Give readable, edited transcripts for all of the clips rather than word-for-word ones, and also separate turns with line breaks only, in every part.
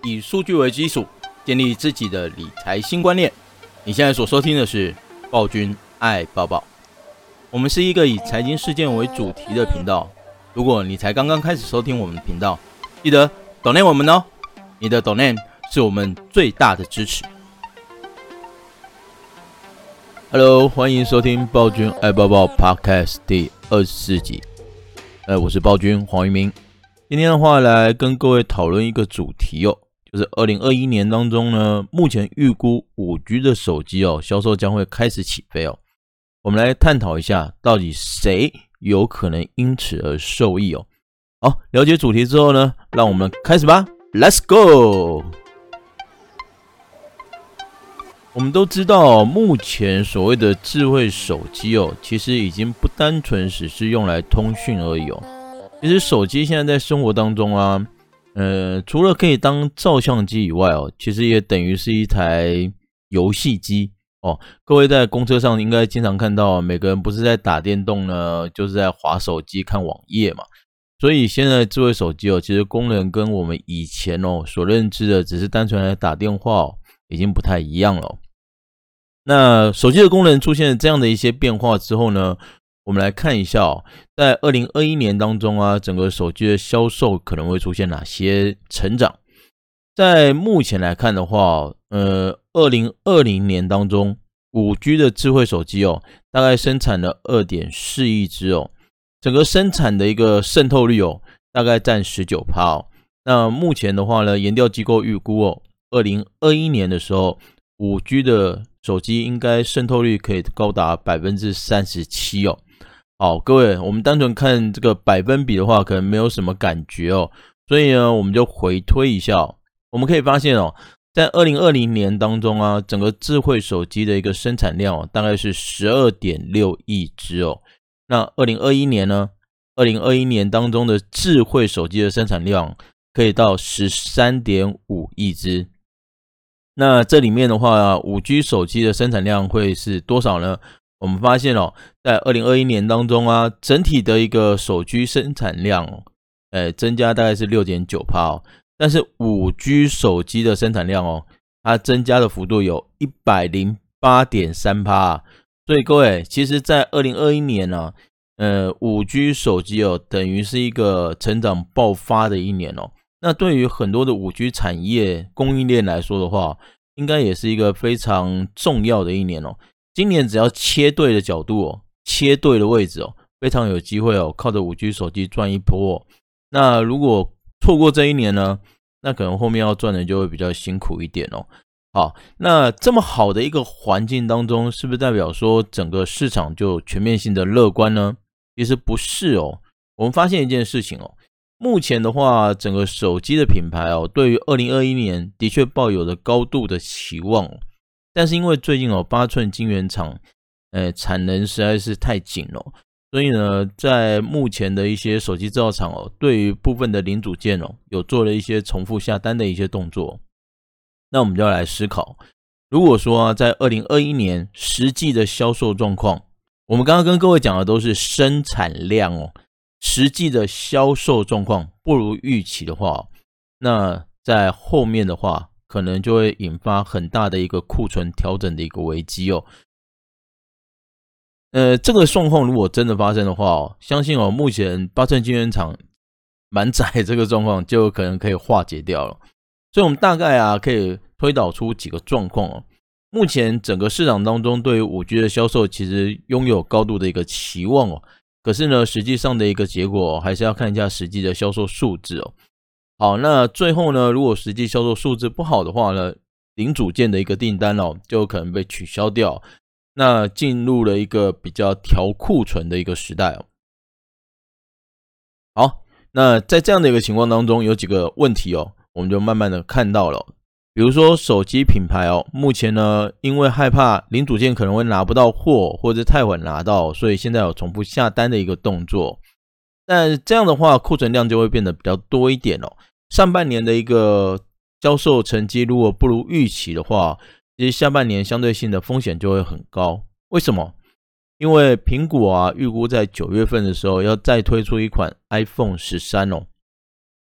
以数据为基础，建立自己的理财新观念。你现在所收听的是暴君爱抱抱。我们是一个以财经事件为主题的频道。如果你才刚刚开始收听我们的频道，记得 donate 我们哦，你的 donate 是我们最大的支持。Hello， 欢迎收听暴君爱抱抱 Podcast 第24集。我是暴君黄一鸣。今天的话来跟各位讨论一个主题哦，就是2021年当中呢，目前预估 5G 的手机销售将会开始起飞哦。我们来探讨一下，到底谁有可能因此而受益哦。好，了解主题之后呢，让我们开始吧 ，Let's go。我们都知道目前所谓的智慧手机其实已经不单纯只是用来通讯而已哦。其实手机现在在生活当中啊，除了可以当照相机以外其实也等于是一台游戏机哦。各位在公车上应该经常看到，每个人不是在打电动呢，就是在滑手机看网页嘛。所以现在智慧手机其实功能跟我们以前所认知的只是单纯来打电话已经不太一样了。那手机的功能出现这样的一些变化之后呢，我们来看一下在2021年当中啊，整个手机的销售可能会出现哪些成长。在目前来看的话2020年当中 5G 的智慧手机大概生产了 2.4 亿只整个生产的一个渗透率大概占 19%那目前的话呢，研调机构预估2021年的时候 5G 的手机应该渗透率可以高达 37% 好，各位，我们单纯看这个百分比的话可能没有什么感觉所以呢我们就回推一下我们可以发现在2020年当中啊，整个智慧手机的一个生产量大概是 12.6 亿只那2021年呢，2021年当中的智慧手机的生产量可以到 13.5 亿只。那这里面的话5G 手机的生产量会是多少呢？我们发现在2021年当中啊，整体的一个手机生产量增加大概是 6.9%但是 5G 手机的生产量它增加的幅度有 108.3%所以各位，其实在2021年呢5G 手机等于是一个成长爆发的一年那对于很多的 5G 产业供应链来说的话，应该也是一个非常重要的一年今年只要切对的角度切对的位置非常有机会靠着 5G 手机赚一波那如果错过这一年呢，那可能后面要赚的就会比较辛苦一点好，那这么好的一个环境当中，是不是代表说整个市场就全面性的乐观呢？其实不是我们发现一件事情目前的话，整个手机的品牌对于2021年的确抱有着高度的期望但是因为最近8寸晶圆厂产能实在是太紧了所以呢，在目前的一些手机制造厂对于部分的零组件有做了一些重复下单的一些动作。那我们就要来思考，如果说在2021年实际的销售状况，我们刚刚跟各位讲的都是生产量实际的销售状况不如预期的话，那在后面的话可能就会引发很大的一个库存调整的一个危机这个状况如果真的发生的话相信目前8寸晶圆厂满载这个状况就可能可以化解掉了。所以我们大概可以推导出几个状况目前整个市场当中对于 5G 的销售其实拥有高度的一个期望可是呢实际上的一个结果还是要看一下实际的销售数字好，那最后呢，如果实际销售数字不好的话呢，零组件的一个订单就有可能被取消掉，那进入了一个比较调库存的一个时代好，那在这样的一个情况当中，有几个问题我们就慢慢的看到了比如说手机品牌目前呢，因为害怕零组件可能会拿不到货或者太晚拿到，所以现在有重复下单的一个动作。但这样的话库存量就会变得比较多一点上半年的一个销售成绩如果不如预期的话，其实下半年相对性的风险就会很高。为什么？因为苹果预估在9月份的时候要再推出一款 iPhone 13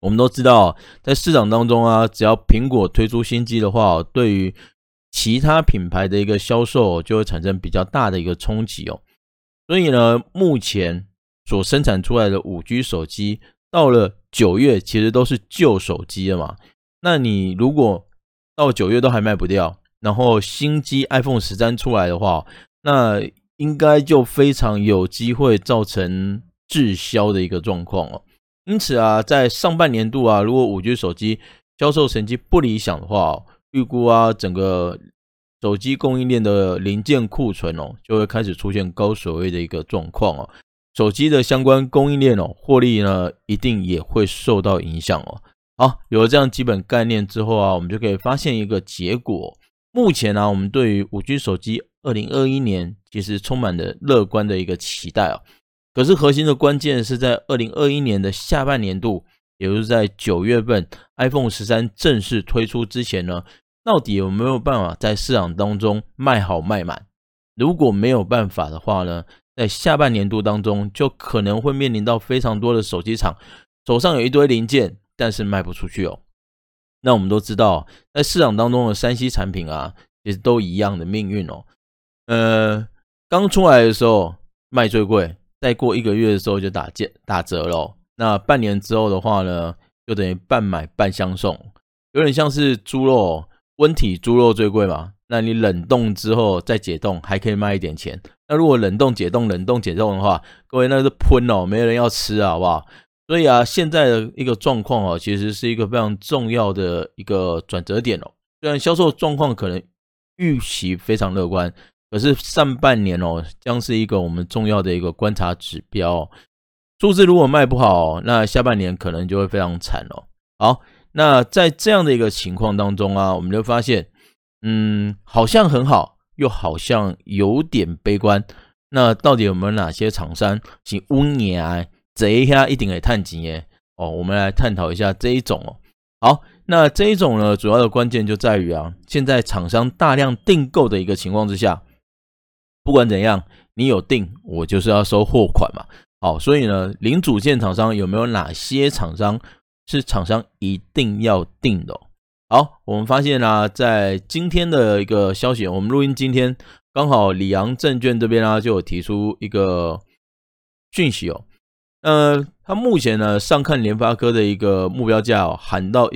我们都知道，在市场当中啊，只要苹果推出新机的话，对于其他品牌的一个销售就会产生比较大的一个冲击哦。所以呢，目前所生产出来的 5G 手机到了9月其实都是旧手机了嘛。那你如果到9月都还卖不掉，然后新机 iPhone 13出来的话，那应该就非常有机会造成滞销的一个状况哦。因此啊，在上半年度啊，如果 5G 手机销售成绩不理想的话，预估啊，整个手机供应链的零件库存哦，就会开始出现高水位的一个状况哦。手机的相关供应链哦，获利呢一定也会受到影响哦。好，有了这样基本概念之后啊，我们就可以发现一个结果。目前啊，我们对于 5G 手机2021年其实充满了乐观的一个期待啊。可是核心的关键是在2021年的下半年度，也就是在9月份 iPhone 13正式推出之前呢，到底有没有办法在市场当中卖好卖满？如果没有办法的话呢，在下半年度当中就可能会面临到非常多的手机厂手上有一堆零件，但是卖不出去哦。那我们都知道，在市场当中的 3C 产品啊，其实都一样的命运哦。刚出来的时候卖最贵，再过1个月的时候就打折了哦。那半年之后的话呢，就等于半买半相送，有点像是猪肉哦，温体猪肉最贵嘛，那你冷冻之后再解冻还可以卖一点钱。那如果冷冻解冻的话，各位那是喷哦，没人要吃啊，好不好？所以啊，现在的一个状况哦，其实是一个非常重要的一个转折点哦。虽然销售状况可能预期非常乐观，可是上半年哦，将是一个我们重要的一个观察指标哦。数字如果卖不好，那下半年可能就会非常惨哦。好，那在这样的一个情况当中啊，我们就发现，好像很好，又好像有点悲观。那到底有没有哪些厂商是5年这一下一定会赚钱耶？哦，我们来探讨一下这一种哦。好，那这一种呢，主要的关键就在于啊，现在厂商大量订购的一个情况之下，不管怎样，你有订，我就是要收货款嘛。好，所以呢，零组件厂商有没有哪些厂商是厂商一定要订的哦？好，我们发现啊，在今天的一个消息，我们录音今天刚好里昂证券这边啊就有提出一个讯息哦。他目前呢上看联发科的一个目标价哦，喊到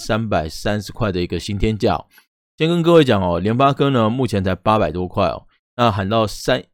1330块的一个新天价哦。先跟各位讲哦，联发科呢目前才800多块哦，那喊到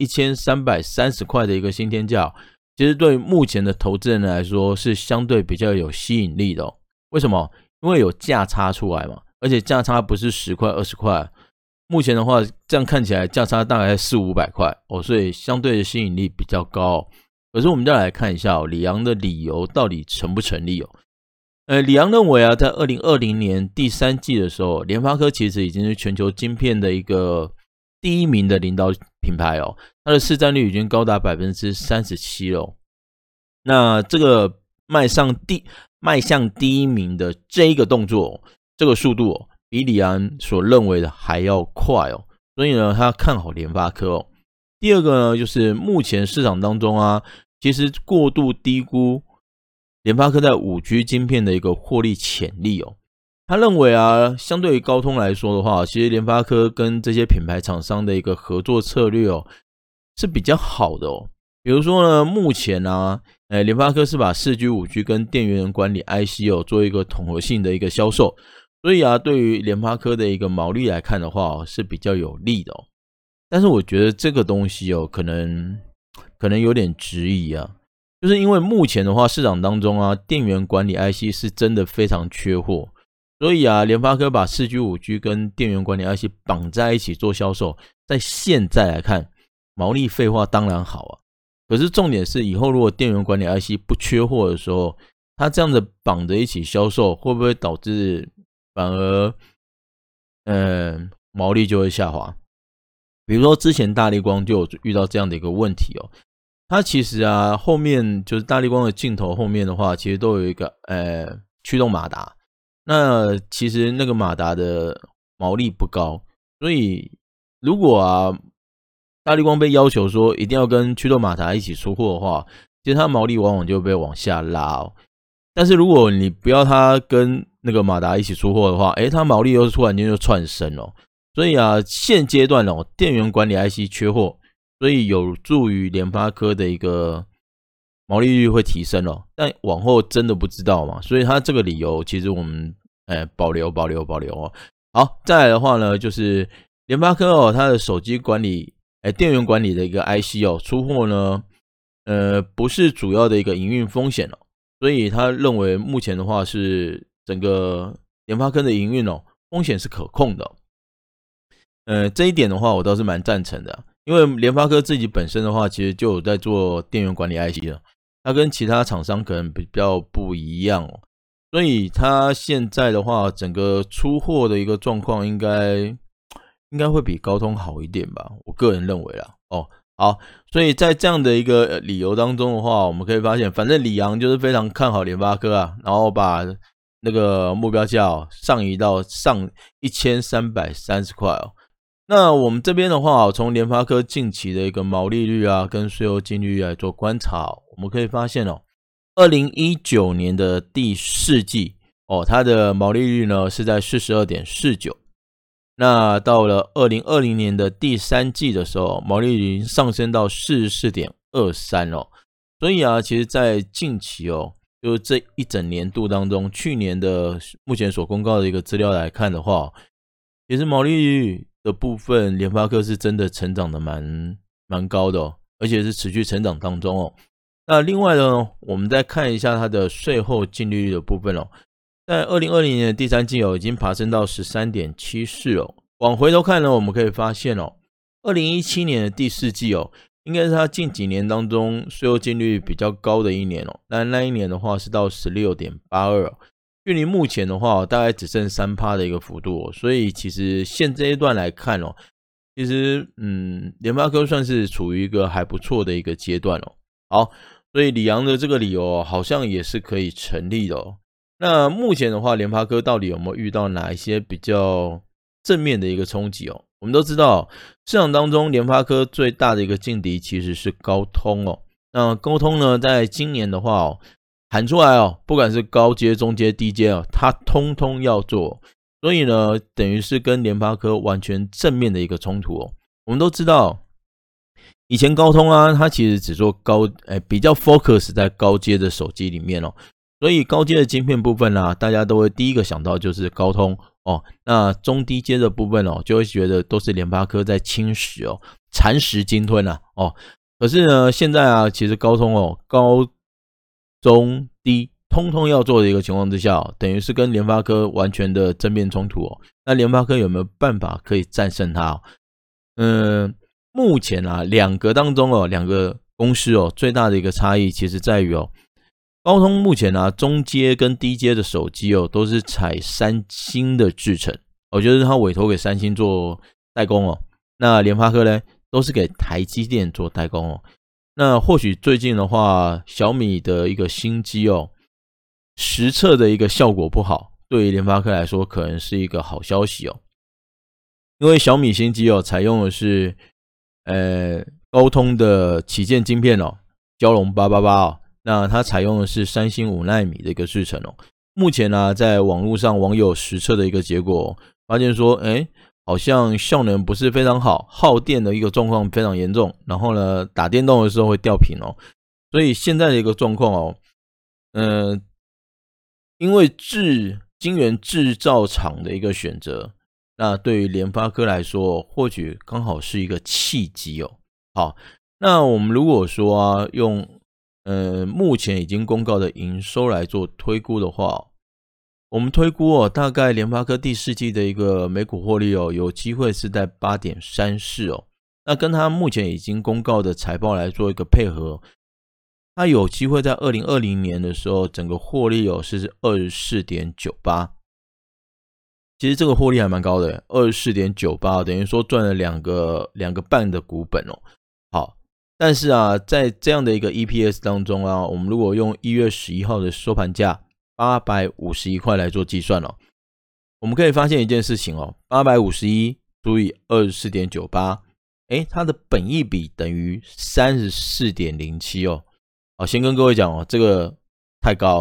1330块的一个新天价哦，其实对目前的投资人来说是相对比较有吸引力的哦。为什么？因为有价差出来嘛，而且价差不是10块20块，目前的话这样看起来价差大概400-500块哦，所以相对的吸引力比较高哦。可是我们再来看一下里昂的理由到底成不成立哦？里昂认为啊，在2020年第3季的时候，联发科其实已经是全球晶片的一个第1名的领导品牌哦，它的市占率已经高达 37% 了哦。那这个迈向第1名的这一个动作，这个速度哦，比里昂所认为的还要快哦，所以呢，他看好联发科哦。第二个呢，就是目前市场当中啊，其实过度低估联发科在 5G 晶片的一个获利潜力哦。他认为啊，相对于高通来说的话，其实联发科跟这些品牌厂商的一个合作策略哦，是比较好的哦。比如说呢，目前啊，联发科是把 4G、5G 跟电源管理 IC 哦，做一个统合性的一个销售，所以啊，对于联发科的一个毛利来看的话哦，是比较有利的哦。但是我觉得这个东西哦，可能有点质疑啊，就是因为目前的话，市场当中啊，电源管理 IC 是真的非常缺货，所以啊，联发科把 4G、5G 跟电源管理 IC 绑在一起做销售，在现在来看，毛利废话当然好啊，可是重点是以后如果电源管理 IC 不缺货的时候，它这样子绑在一起销售，会不会导致反而毛利就会下滑？比如说之前大立光就有遇到这样的一个问题哦，它其实啊后面就是大立光的镜头后面的话，其实都有一个驱动马达，那其实那个马达的毛利不高，所以如果啊大立光被要求说一定要跟驱动马达一起出货的话，其实它毛利往往就被往下拉哦。 但是如果你不要它跟那个马达一起出货的话，它毛利又突然间就窜升了。所以啊，现阶段电源管理 IC 缺货，所以有助于联发科的一个毛利率会提升了，但往后真的不知道嘛，所以它这个理由其实我们保留哦。好，再来的话呢，就是联发科它的手机管理电源管理的一个 IC 出货呢，不是主要的一个营运风险所以他认为目前的话是整个联发科的营运风险是可控的。这一点的话我倒是蛮赞成的，因为联发科自己本身的话其实就有在做电源管理 IC 了，它跟其他厂商可能比较不一样所以它现在的话整个出货的一个状况应该会比高通好一点吧，我个人认为啦好，所以在这样的一个理由当中的话，我们可以发现反正李昂就是非常看好联发科啊，然后把那个目标价上移到上1330块那我们这边的话，从联发科近期的一个毛利率啊跟税后净利率来做观察我们可以发现2019年的第四季它的毛利率呢是在 42.49%， 那到了2020年的第三季的时候，毛利率已经上升到 44.23% 所以啊，其实在近期就是这一整年度当中，去年的目前所公告的一个资料来看的话，其实毛利率的部分联发科是真的成长的蛮高的而且是持续成长当中那另外呢，我们再看一下它的税后净利率的部分在2020年的第三季已经爬升到 13.74% 往回头看呢，我们可以发现2017年的第四季应该是它近几年当中税后净利率比较高的一年那一年的话是到 16.82%， 距离目前的话大概只剩 3% 的一个幅度所以其实现这一段来看其实联发科算是处于一个还不错的一个阶段好，所以李昂的这个理由好像也是可以成立的那目前的话，联发科到底有没有遇到哪一些比较正面的一个冲击我们都知道市场当中联发科最大的一个劲敌其实是高通那高通呢在今年的话喊出来不管是高阶、中阶、低阶它通通要做，所以呢等于是跟联发科完全正面的一个冲突我们都知道以前高通啊它其实只做比较 focus 在高阶的手机里面所以高阶的晶片部分大家都会第一个想到就是高通那中低阶的部分就会觉得都是联发科在侵蚀蚕食鲸吞可是呢现在其实高通高中低通通要做的一个情况之下等于是跟联发科完全的正面冲突那联发科有没有办法可以战胜它目前两个当中两个公司最大的一个差异其实在于高通目前中阶跟低阶的手机都是采三星的制程就是它委托给三星做代工那联发科呢都是给台积电做代工那或许最近的话小米的一个新机实测的一个效果不好，对于联发科来说可能是一个好消息因为小米新机采用的是高通的旗舰晶片骁龙888那它采用的是三星5奈米的一个制程目前在网络上网友实测的一个结果发现说好像效能不是非常好，耗电的一个状况非常严重，然后呢打电动的时候会掉屏所以现在的一个状况因为晶圆制造厂的一个选择，那对于联发科来说或许刚好是一个契机好，那我们如果说用目前已经公告的营收来做推估的话我们推估大概联发科第四季的一个每股获利有机会是在 8.34 那跟它目前已经公告的财报来做一个配合它有机会在2020年的时候整个获利是 24.98 其实这个获利还蛮高的 24.98 等于说赚了两个半的股本好，但是在这样的一个 EPS 当中我们如果用1月11号的收盘价851块来做计算我们可以发现一件事情851除以 24.98 它的本益比等于 34.07 好，先跟各位讲这个太高了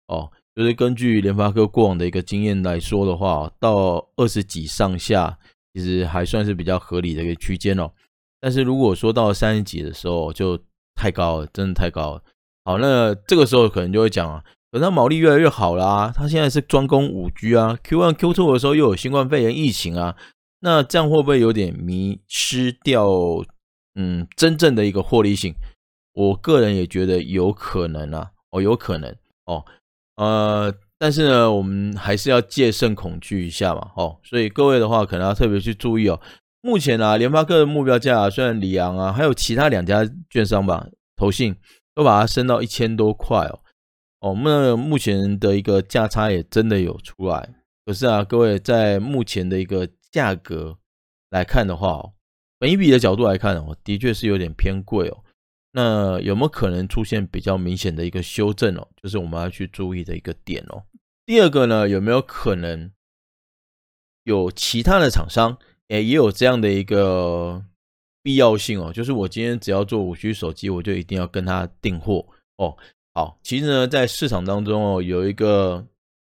就是根据联发科过往的一个经验来说的话，到20几上下，其实还算是比较合理的一个区间但是如果说到30几的时候，就太高了，真的太高了。好，那这个时候可能就会讲可是它毛利越来越好啦，它现在是专攻 5G 啊 ，Q1、Q2 的时候又有新冠肺炎疫情啊，那这样会不会有点迷失掉真正的一个获利性？我个人也觉得有可能有可能但是呢，我们还是要戒慎恐惧一下嘛所以各位的话可能要特别去注意目前联发科的目标价虽然里昂还有其他2家券商吧，投信都把它升到1000多块那目前的一个价差也真的有出来，可是各位在目前的一个价格来看的话本益比的角度来看的确是有点偏贵那有没有可能出现比较明显的一个修正就是我们要去注意的一个点第二个呢，有没有可能有其他的厂商也有这样的一个必要性就是我今天只要做 5G 手机，我就一定要跟他订货好，其实呢，在市场当中有一个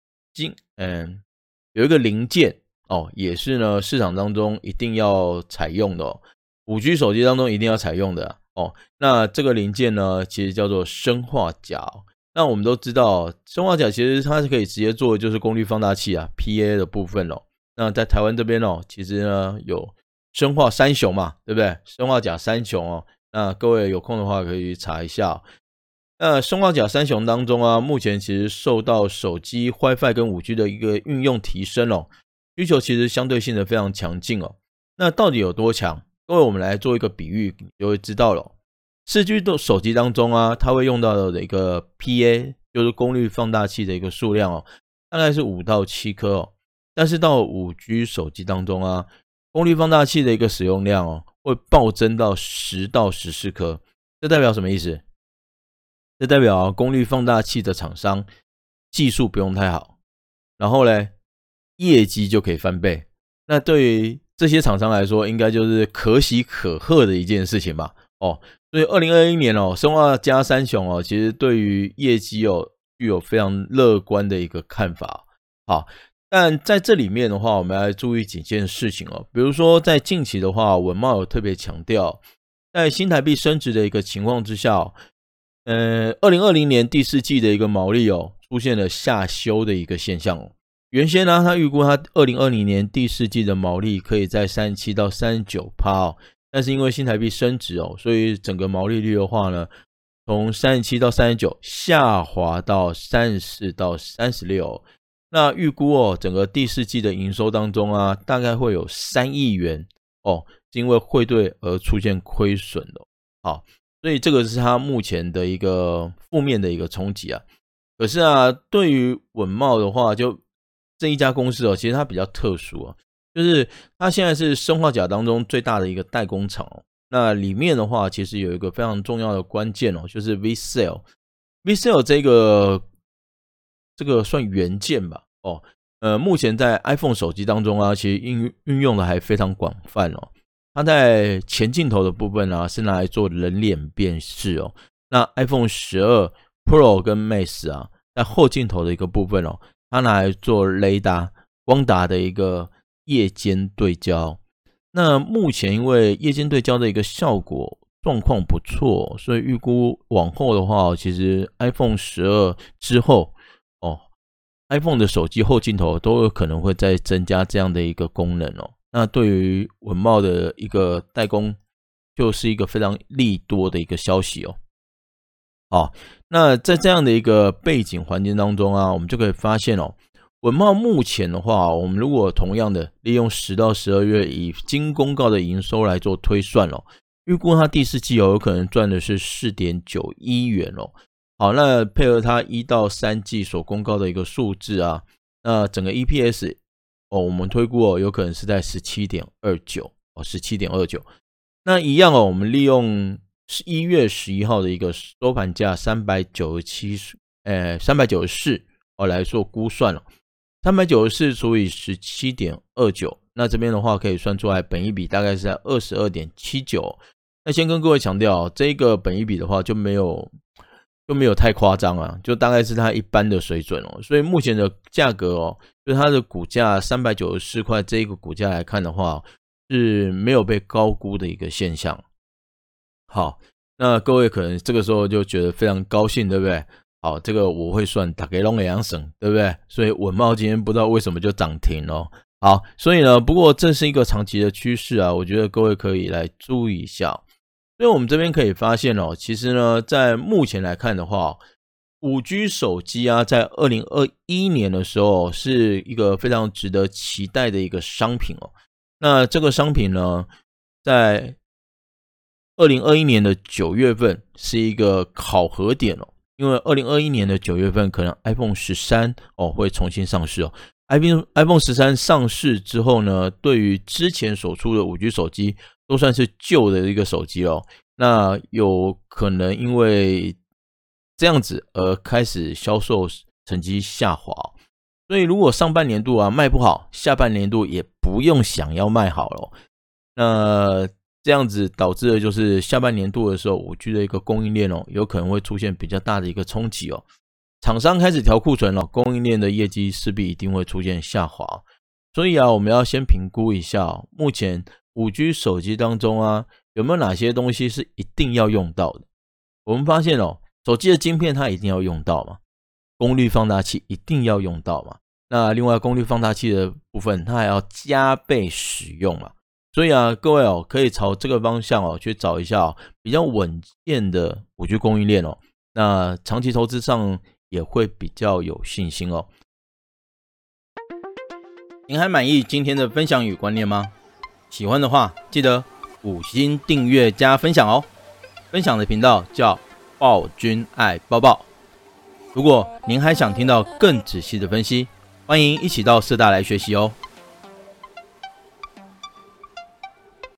零件也是呢市场当中一定要采用的5G 手机当中一定要采用的那这个零件呢，其实叫做砷化钾那我们都知道，砷化钾其实它是可以直接做的就是功率放大器PA 的部分那在台湾这边其实呢有砷化三雄嘛，对不对？砷化钾三雄那各位有空的话可以去查一下那砷化钾三雄当中目前其实受到手机 WiFi 跟 5G 的一个运用提升需求其实相对性的非常强劲那到底有多强？各位我们来做一个比喻，你就会知道了4G 的手机当中它会用到的一个 PA 就是功率放大器的一个数量大概是5到7颗但是到 5G 手机当中功率放大器的一个使用量会暴增到10到14颗，这代表什么意思？这代表功率放大器的厂商技术不用太好，然后呢业绩就可以翻倍，那对于这些厂商来说应该就是可喜可贺的一件事情吧所以2021年砷化钾三雄其实对于业绩具有非常乐观的一个看法好，但在这里面的话我们要注意几件事情比如说在近期的话文茂有特别强调，在新台币升值的一个情况之下2020年第4季的一个毛利出现了下修的一个现象原先呢他预估他2020年第4季的毛利可以在37到 39% 但是因为新台币升值所以整个毛利率的话呢从37到39下滑到34到36那预估整个第4季的营收当中大概会有3亿元是因为汇兑而出现亏损的好，所以这个是它目前的一个负面的一个冲击可是对于稳懋的话，就这一家公司其实它比较特殊就是它现在是砷化钾当中最大的一个代工厂那里面的话其实有一个非常重要的关键就是 VCSEL 这个算元件吧目前在 iPhone 手机当中其实运用的还非常广泛它在前镜头的部分是拿来做人脸辨识那 iPhone 12 Pro 跟 Max 在后镜头的一个部分它拿来做雷达光达的一个夜间对焦那目前因为夜间对焦的一个效果状况不错所以预估往后的话其实 iPhone 12之后iPhone 的手机后镜头都有可能会再增加这样的一个功能那对于稳懋的一个代工就是一个非常利多的一个消息好，那在这样的一个背景环境当中我们就可以发现稳懋目前的话我们如果同样的利用10到12月以经公告的营收来做推算预估它第4季有可能赚的是 4.9 亿元好，那配合它1到3季所公告的一个数字那整个 EPS 我们推估有可能是在 17.29 那一样我们利用1月11号的一个收盘价394来做估算394除以 17.29 那这边的话可以算出来本益比大概是在 22.79 那先跟各位强调这个本益比的话就没有就没有太夸张啊，就大概是它一般的水准哦。所以目前的价格哦，就是它的股价394块这一个股价来看的话，是没有被高估的一个现象。好，那各位可能这个时候就觉得非常高兴，对不对？好，这个我会算大家都会晓算，对不对？所以稳懋今天不知道为什么就涨停了。好，所以呢，不过这是一个长期的趋势啊，我觉得各位可以来注意一下。所以我们这边可以发现哦，其实呢，在目前来看的话，5G 手机啊，在2021年的时候是一个非常值得期待的一个商品哦。那这个商品呢，在2021年的9月份是一个考核点哦，因为2021年的9月份可能 iPhone 13会重新上市哦。iPhone 13上市之后呢，对于之前所出的 5G 手机都算是旧的一个手机哦，那有可能因为这样子而开始销售成绩下滑哦。所以如果上半年度啊卖不好，下半年度也不用想要卖好了哦。那这样子导致的就是下半年度的时候 5G 的一个供应链哦，有可能会出现比较大的一个冲击哦。厂商开始调库存了，供应链的业绩势必一定会出现下滑。所以啊，我们要先评估一下目前 5G 手机当中啊，有没有哪些东西是一定要用到的。我们发现哦，手机的晶片它一定要用到嘛，功率放大器一定要用到嘛，那另外功率放大器的部分它还要加倍使用嘛。所以啊，各位哦，可以朝这个方向哦去找一下比较稳健的 5G 供应链哦，那长期投资上也会比较有信心哦。您还满意今天的分享与观念吗？喜欢的话记得5星订阅加分享哦。分享的频道叫暴君爱抱抱。如果您还想听到更仔细的分析，欢迎一起到社大来学习哦。